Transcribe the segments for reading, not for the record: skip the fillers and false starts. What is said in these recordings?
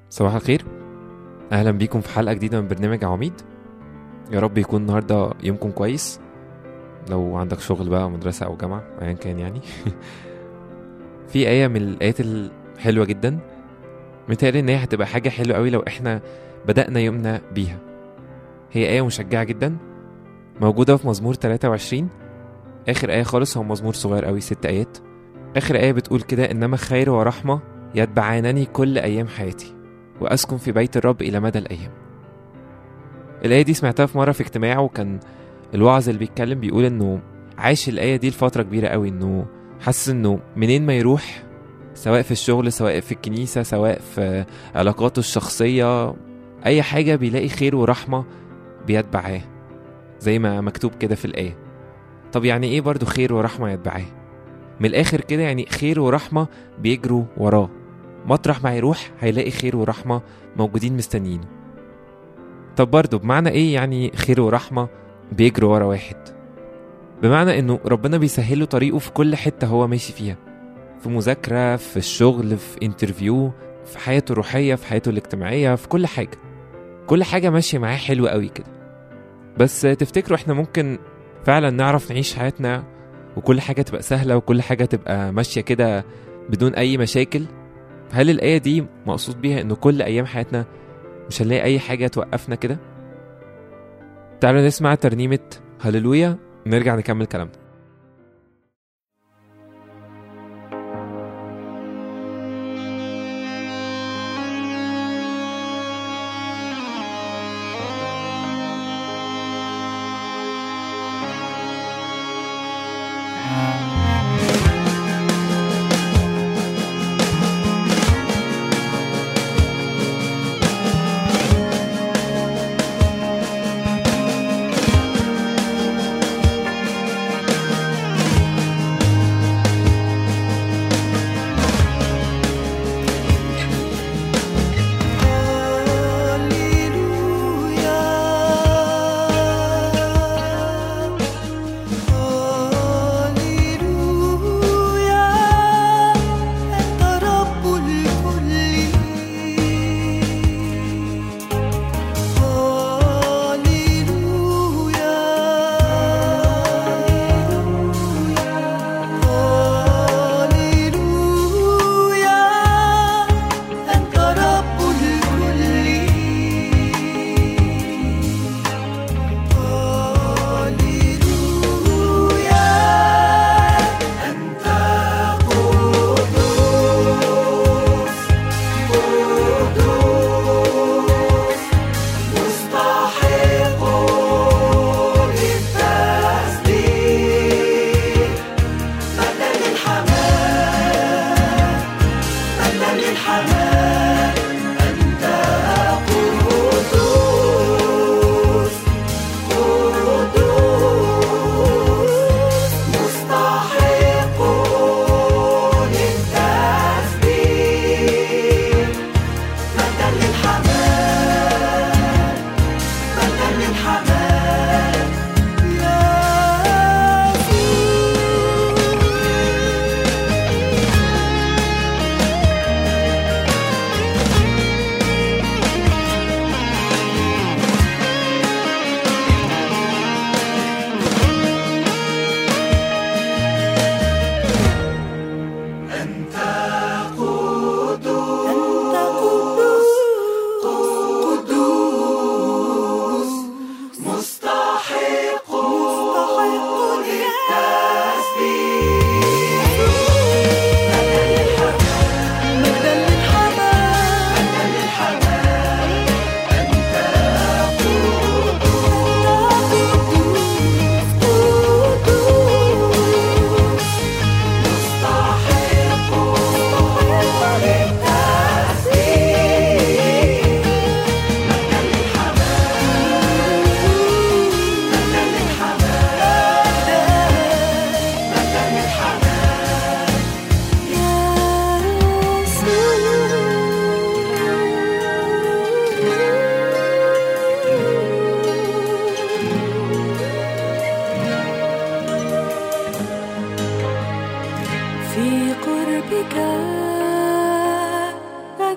صباح الخير. اهلا بيكم في حلقه جديده من برنامج عواميد. يا رب يكون النهارده يومكم كويس، لو عندك شغل بقى مدرسه او جامعه ايا كان يعني. في ايه من الايات الحلوه جدا، متهيألي ان هي هتبقى حاجه حلوه قوي لو احنا بدأنا يومنا بيها. هي ايه مشجعه جدا، موجوده في مزمور 23. اخر ايه خالص، هو مزمور صغير قوي 6 ايات. اخر ايه بتقول كده: انما خير ورحمه يتبعانني كل ايام حياتي وأسكن في بيت الرب إلى مدى الأيام. الآية دي سمعتها في مرة في اجتماع، وكان الوعظ اللي بيتكلم بيقول إنه عايش الآية دي لفترة كبيرة قوي، إنه حاسس إنه منين ما يروح، سواء في الشغل سواء في الكنيسة سواء في علاقاته الشخصية، أي حاجة بيلاقي خير ورحمة بيتبعاه زي ما مكتوب كده في الآية. طب يعني إيه برضو خير ورحمة يتبعاه؟ من الآخر كده يعني خير ورحمة بيجروا وراه، مطرح ما يروح هيلاقي خير ورحمة موجودين مستنيينه. طب برضو بمعنى ايه يعني خير ورحمة بيجروا ورا واحد؟ بمعنى انه ربنا بيسهله طريقه في كل حتة هو ماشي فيها، في مذاكرة، في الشغل، في انترفيو، في حياته الروحية، في حياته الاجتماعية، في كل حاجة. كل حاجة ماشية معاه حلوة قوي كده. بس تفتكروا احنا ممكن فعلا نعرف نعيش حياتنا وكل حاجة تبقى سهلة وكل حاجة تبقى ماشية كده بدون اي مشاكل؟ هل الآية دي مقصود بيها انه كل ايام حياتنا مش هنلاقي اي حاجة توقفنا كده؟ تعالوا نسمع ترنيمة هللويا ونرجع نكمل كلامنا.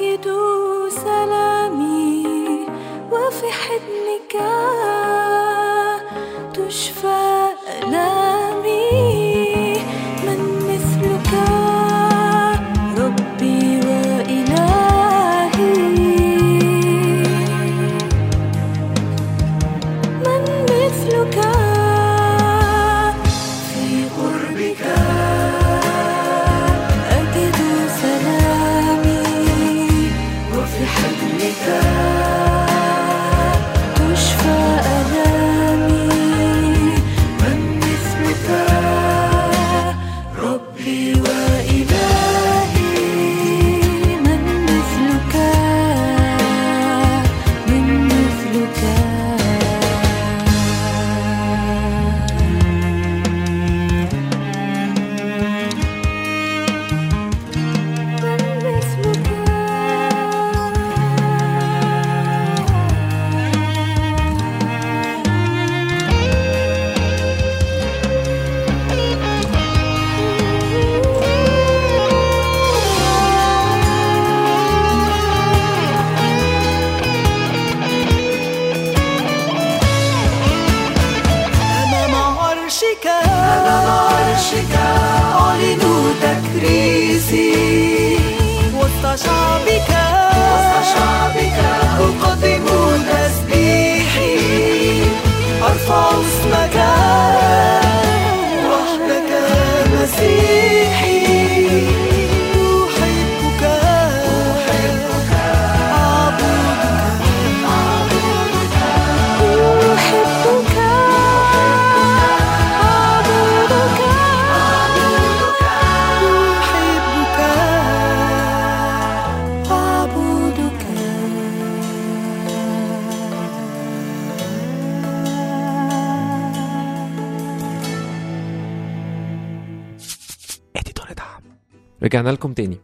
أجد سلامي وفي حضنك تشفى آلامي. من مثلك ربي وإلهي، من مثلك في قربك أجد سلامي وفي حضنك تشفى آلامي. من مثلك ربي وإلهي، من مثلك، من مثلك. أمام عرشك أعلن تكريسي، وسط شعبك أقدم تسبيحي. أرفع اسمك وحدك مسيحي. أحبك أعبدك، أحبك رجعنا لكم تاني.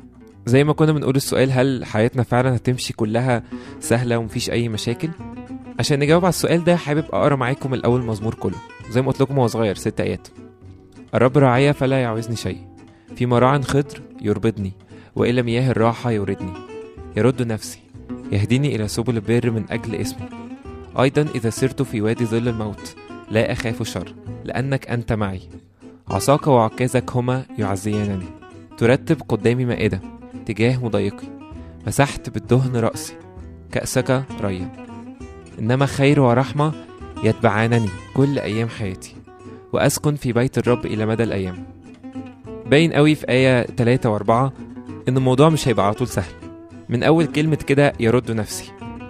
زي ما كنا بنقول السؤال، هل حياتنا فعلا هتمشي كلها سهلة ومفيش أي مشاكل؟ عشان نجاوب على السؤال ده حابب أقرأ معاكم الأول مزمور كله زي ما قلت لكم هو صغير 6 آيات. الرب راعية فلا يعوزني شيء، في مراع خضر يربضني، وإلى مياه الراحة يوردني. يرد نفسي، يهديني إلى سبل البر من أجل اسمه. أيضا إذا سرت في وادي ظل الموت لا أخاف شر، لأنك أنت معي. عصاك وعكازك هما يعزيانني. ترتب قدامي مائدة تجاه مضايقي، مسحت بالدهن رأسي، كأسك ريا. إنما خير ورحمة يتبعانني كل أيام حياتي، وأسكن في بيت الرب إلى مدى الأيام. باين قوي في آية 3 و4 إن الموضوع مش هيبقى على طول سهل. من أول كلمة كده يرد نفسي،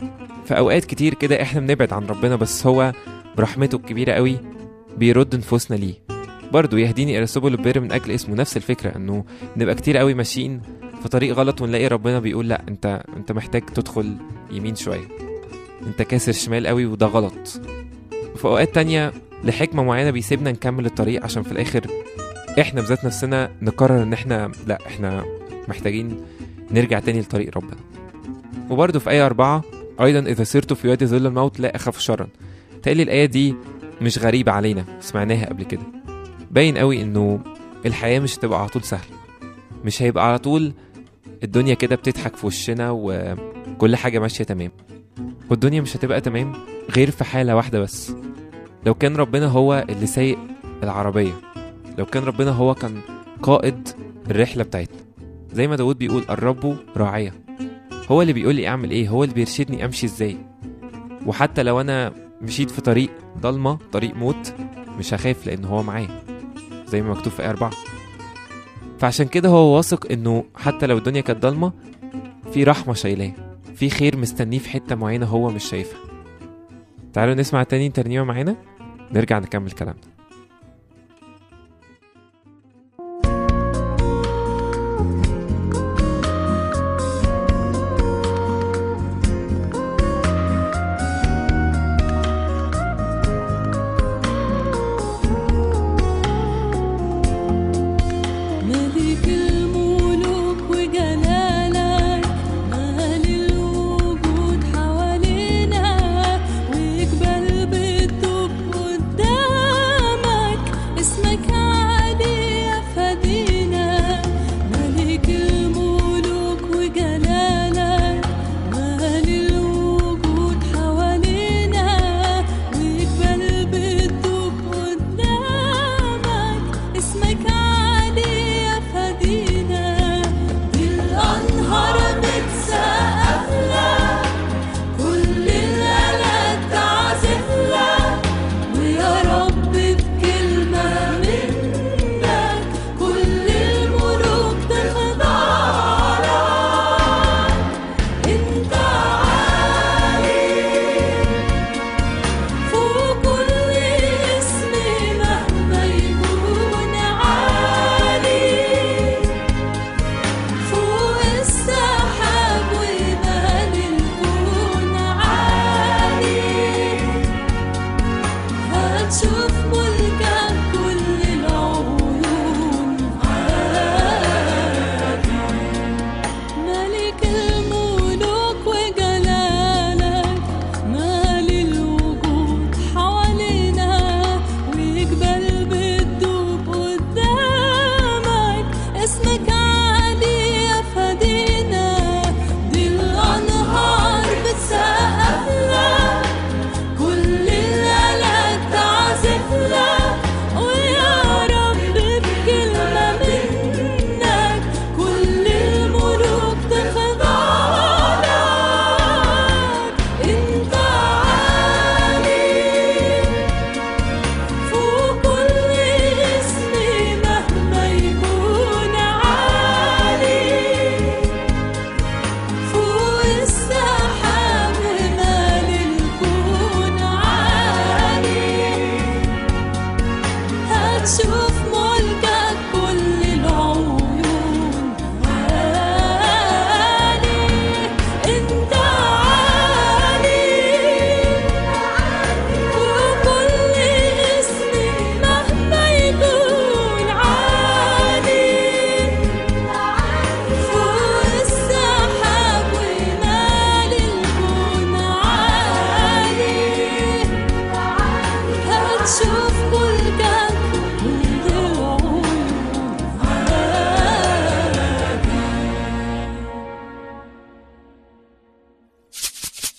في أوقات كتير كده إحنا بنبعد عن ربنا، بس هو برحمته الكبيرة قوي بيرد نفوسنا ليه. برضو يهديني إلى سبل البر من أجل اسمه. نفس الفكرة، إنه نبقى كتير قوي ماشيين في طريق غلط ونلاقي ربنا بيقول لأ، أنت محتاج تدخل يمين شوية، أنت كاسر شمال قوي وده غلط. وفي أوقات تانية لحكمة معينة بيسيبنا نكمل الطريق، عشان في الآخر إحنا بذات نفسنا نقرر إن إحنا لأ، إحنا محتاجين نرجع تاني لطريق ربنا. وبرضو في آية 4 أيضا إذا سرت في وادي ظل الموت لا أخاف شرا. تقلي الآية دي مش غريبة علينا، سمعناها قبل كده. باين قوي إنه الحياة مش هتبقى على طول سهل، مش هيبقى على طول الدنيا كده بتضحك في وشنا وكل حاجة ماشية تمام. والدنيا مش هتبقى تمام غير في حالة واحدة بس، لو كان ربنا هو اللي سايق العربية، لو كان ربنا هو كان قائد الرحلة بتاعتنا. زي ما داود بيقول الرب راعية، هو اللي بيقول لي اعمل ايه، هو اللي بيرشدني امشي ازاي. وحتى لو انا مشيت في طريق ضلمة، طريق موت، مش هخاف لان هو معايا زي ما مكتوب في آية 4. فعشان كده هو واثق انه حتى لو الدنيا كانت ضلمة في رحمة شايلاه، في خير مستنيه في حتة معينة هو مش شايفها. تعالوا نسمع تاني ترنيمة معانا نرجع نكمل كلامنا. حوالينا ويقبل بالطب قدام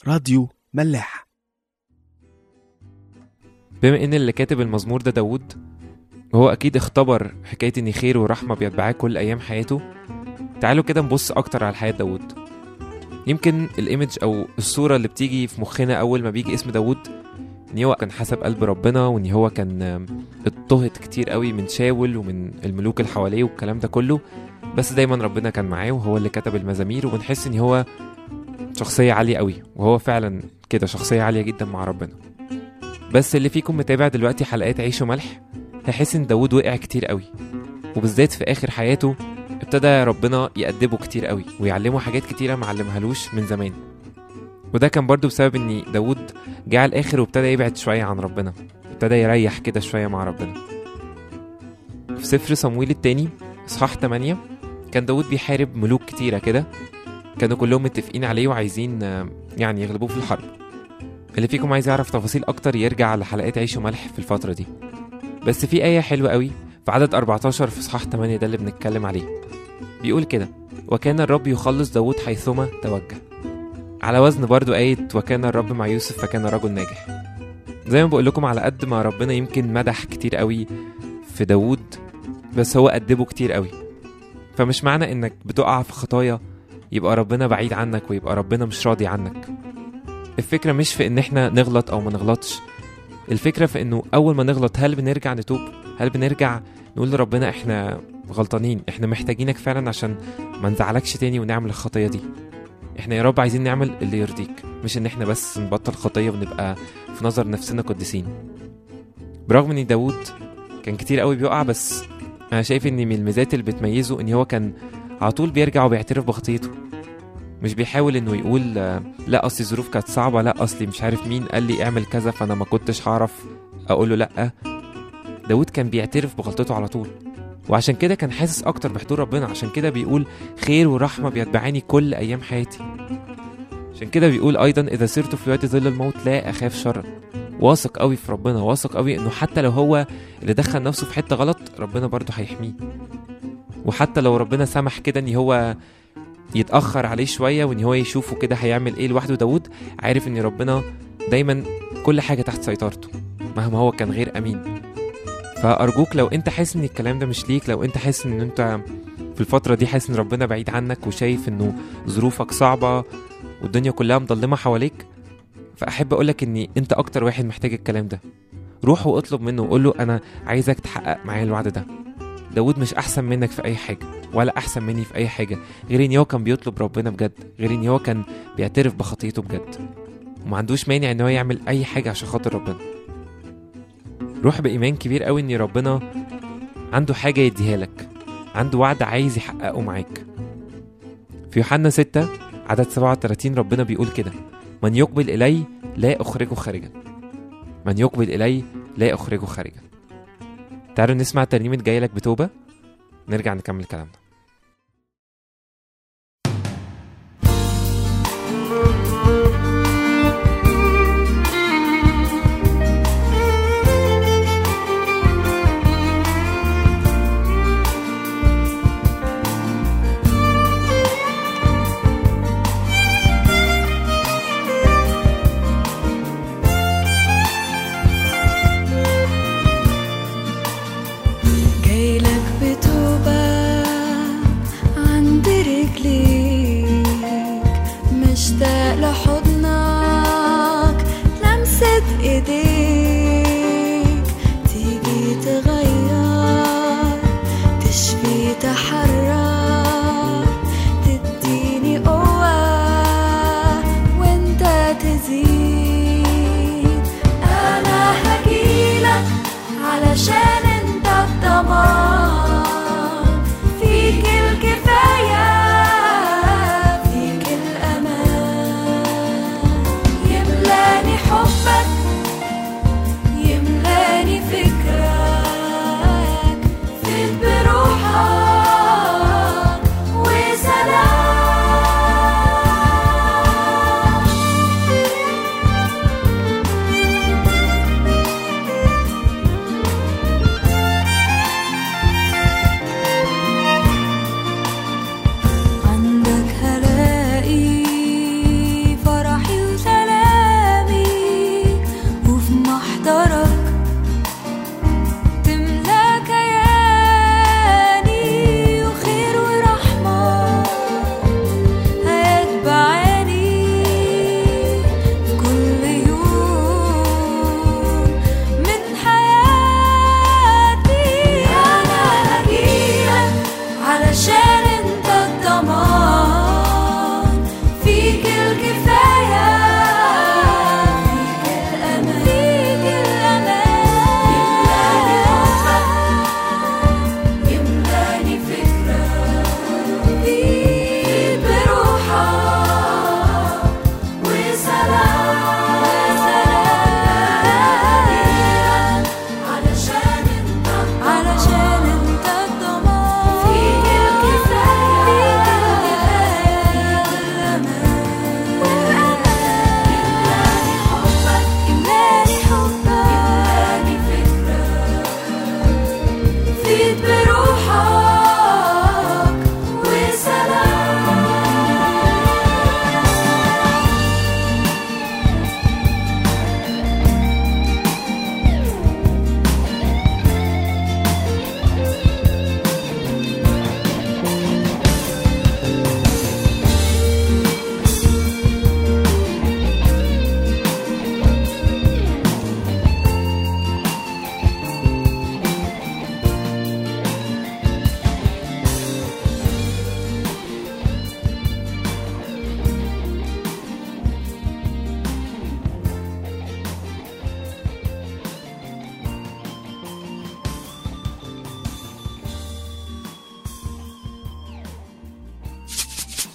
راديو ملاح. بما ان اللي كاتب المزمور ده داود، وهو اكيد اختبر حكاية ان خير ورحمة بيتبعاه كل ايام حياته، تعالوا كده نبص اكتر على حياة داود. يمكن الايمج او الصورة اللي بتيجي في مخنا اول ما بيجي اسم داود ان هو كان حسب قلب ربنا، وان هو كان اضطهد كتير قوي من شاول ومن الملوك اللي حواليه والكلام ده كله، بس دايما ربنا كان معاه وهو اللي كتب المزامير، وبنحس ان هو شخصية عالية قوي، وهو فعلا كده شخصية عالية جدا مع ربنا. بس اللي فيكم متابع دلوقتي حلقات عيش وملح هيحس ان داود وقع كتير قوي، وبالذات في اخر حياته ابتدى ربنا يأدبه كتير قوي ويعلمه حاجات كتيرة معلمهالوش من زمان. وده كان برضو بسبب ان داود جه على الاخر وابتدى يبعد شوية عن ربنا، ابتدى يريح كده شوية مع ربنا. في سفر صمويل التاني اصحاح 8 كان داود بيحارب ملوك كتيرة كده، كانوا كلهم متفقين عليه وعايزين يعني يغلبوه في الحرب. اللي فيكم عايز يعرف تفاصيل اكتر يرجع على حلقات عيش وملح في الفترة دي. بس في آية حلوة قوي في عدد 14 في اصحاح 8 ده اللي بنتكلم عليه، بيقول كده: وكان الرب يخلص داود حيثما توجه. على وزن برضو آية وكان الرب مع يوسف فكان رجل ناجح. زي ما بقول لكم، على قد ما ربنا يمكن مدح كتير قوي في داود، بس هو أدبه كتير قوي. فمش معنى انك بتقع في خطايا يبقى ربنا بعيد عنك ويبقى ربنا مش راضي عنك. الفكرة مش في ان احنا نغلط او ما نغلطش، الفكرة في انه اول ما نغلط هل بنرجع نتوب؟ هل بنرجع نقول لربنا احنا غلطانين، احنا محتاجينك فعلا عشان ما نزعلكش تاني ونعمل الخطية دي؟ احنا يا رب عايزين نعمل اللي يرضيك، مش ان احنا بس نبطل خطية ونبقى في نظر نفسنا قديسين. برغم ان داود كان كتير قوي بيقع، بس انا شايف ان من الميزات اللي بتميزه ان هو كان على طول بيرجع وبيعترف بخطيته، مش بيحاول انه يقول لا اصلي الظروف كانت صعبة، لا اصلي مش عارف مين قال لي اعمل كذا فانا ما كنتش هعرف اقوله لا. داود كان بيعترف بغلطته على طول، وعشان كده كان حاسس اكتر بحضور ربنا. عشان كده بيقول خير ورحمة بيتبعاني كل ايام حياتي. عشان كده بيقول ايضا اذا سرت في وادي ظل الموت لا اخاف شرا. واثق قوي في ربنا، واثق قوي انه حتى لو هو اللي دخل نفسه في حتة غلط ربنا برضو هيحميه. وحتى لو ربنا سمح كده ان هو يتأخر عليه شوية وان هو يشوفه كده هيعمل ايه لوحده، داود عارف ان ربنا دايما كل حاجة تحت سيطرته مهما هو كان غير امين. فارجوك لو انت حاسس ان الكلام ده مش ليك، لو انت حاسس ان انت في الفترة دي حاسس ان ربنا بعيد عنك وشايف انه ظروفك صعبة والدنيا كلها مظلمة حواليك، فاحب اقولك ان انت اكتر واحد محتاج الكلام ده. روح واطلب منه وقول له انا عايزك تحقق معايا الوعد ده. داود مش احسن منك في اي حاجة ولا احسن مني في اي حاجة، غير ان هو كان بيطلب ربنا بجد، غير ان هو كان بيعترف بخطيته بجد، وما عندوش مانع ان هو يعمل اي حاجة عشان خاطر ربنا. روح بإيمان كبير قوي ان ربنا عنده حاجة يديها لك، عنده وعد عايز يحققه معاك. في يوحنا 6 عدد 37 ربنا بيقول كده: من يقبل إلي لا أخرجه خارجا، من يقبل إلي لا أخرجه خارجا. تعالوا نسمع ترنيمة جاي لك بتوبة، نرجع نكمل كلامنا.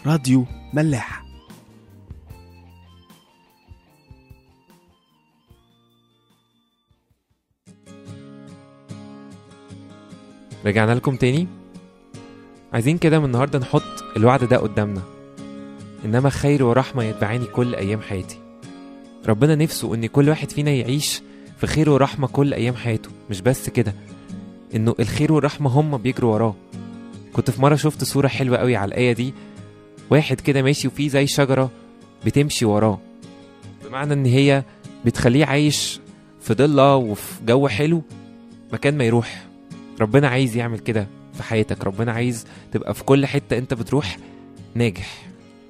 راديو ملاح. رجعنا لكم تاني. عايزين كده من النهاردة نحط الوعد ده قدامنا، إنما خير ورحمة يتبعاني كل أيام حياتي. ربنا نفسه إن كل واحد فينا يعيش في خير ورحمة كل أيام حياته. مش بس كده، إنه الخير والرحمة هم بيجروا وراه. كنت في مرة شفت صورة حلوة قوي على الآية دي، واحد كده ماشي وفيه زي شجرة بتمشي وراه، بمعنى إن هي بتخليه عايش في ضلة وفي جو حلو مكان ما يروح. ربنا عايز يعمل كده في حياتك. ربنا عايز تبقى في كل حتة انت بتروح ناجح.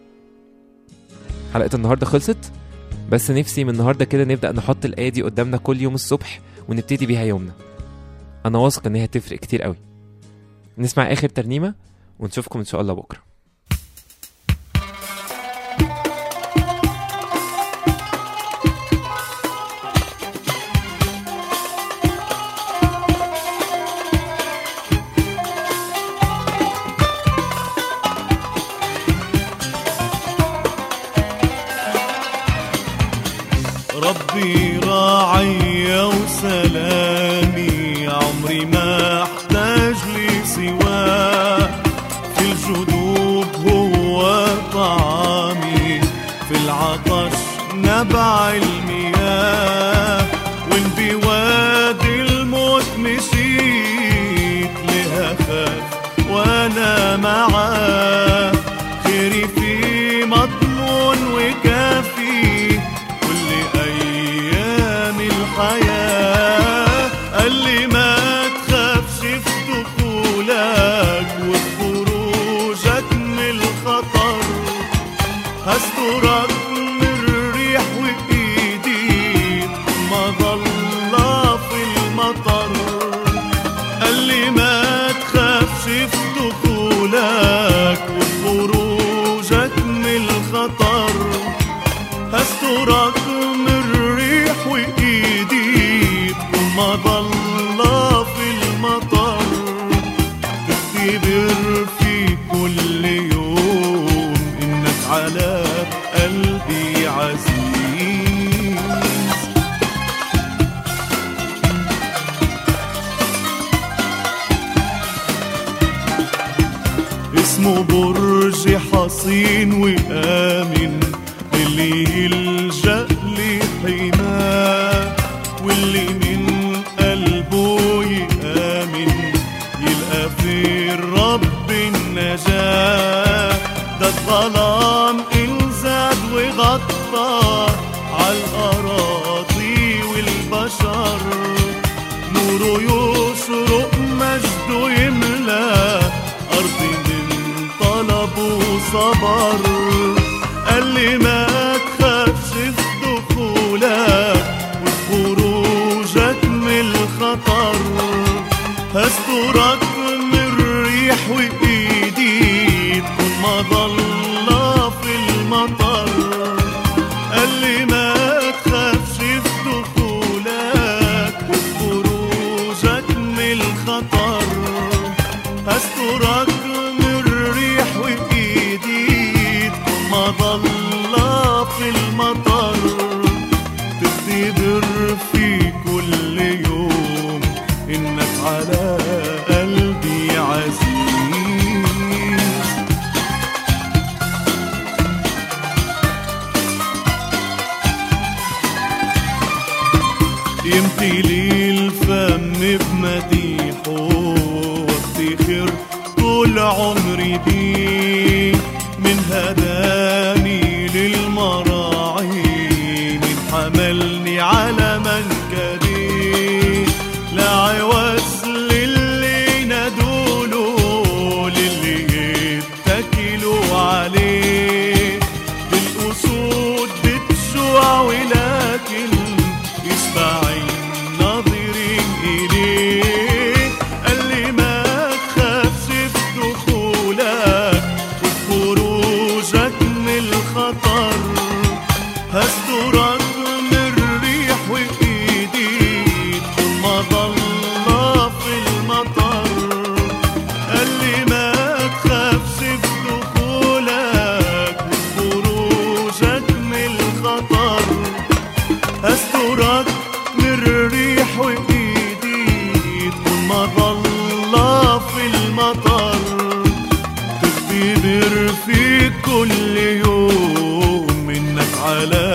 حلقة النهاردة خلصت، بس نفسي من النهاردة كده نبدأ نحط الآية دي قدامنا كل يوم الصبح ونبتدي بيها يومنا. أنا واثق إنها هتفرق كتير قوي. نسمع آخر ترنيمة ونشوفكم إن شاء الله بكرة. ربي راعي وسلامي، عمري ما احتاج لي سواه. في الجدوب هو طعامي، في العطش نبع المياه. وان بوادي الموت مشيت لها خاف وانا معاه. خيري في مضمون وكافي الحياة. قال لي ما تخافش في دخولك وخروجك من الخطر، هسترك من الريح وإيدي مظلة في المطر. قال لي ما تخافش في دخولك وخروجك من الخطر، هسترك مظلة في المطر. تختبر في كل يوم إنك على قلبي عزيز. اسمه برج حصين وآمن، اللي يلجأ لحماه، واللي من قلبه يآمن يلقى في الرب النجاة. ده الظلام انزاد وغطى عالأراضي والبشر، نوره يشرق مجده يملى أرض من طلب وصبر. قال لي ما تخافش في دخولك وخروجك من الخطر، هسترك من الريح وإيدي تكون مظلة في المطر. قال لي ما تخافش في دخولك وخروجك من الخطر، هسترك من الريح وإيدي تكون مظلة في المطر. تختبر في كل يوم إنك على قلبي عزيز. يمتلي الفم بمديحه وافتخر طول عمري بيه. من هداني للمراعي، من حملني على منكبي، لا عوز للي ندوله، للي يتكلوا عليه. للأسود بتجوع ولكن يشبع الناظرين إليه. قال لي ما تخافش في دخولك وخروجك من الخطر، هسترك من الريح وإيدي تكون مظلة في المطر. قال لي ما تخافش في دخولك سلام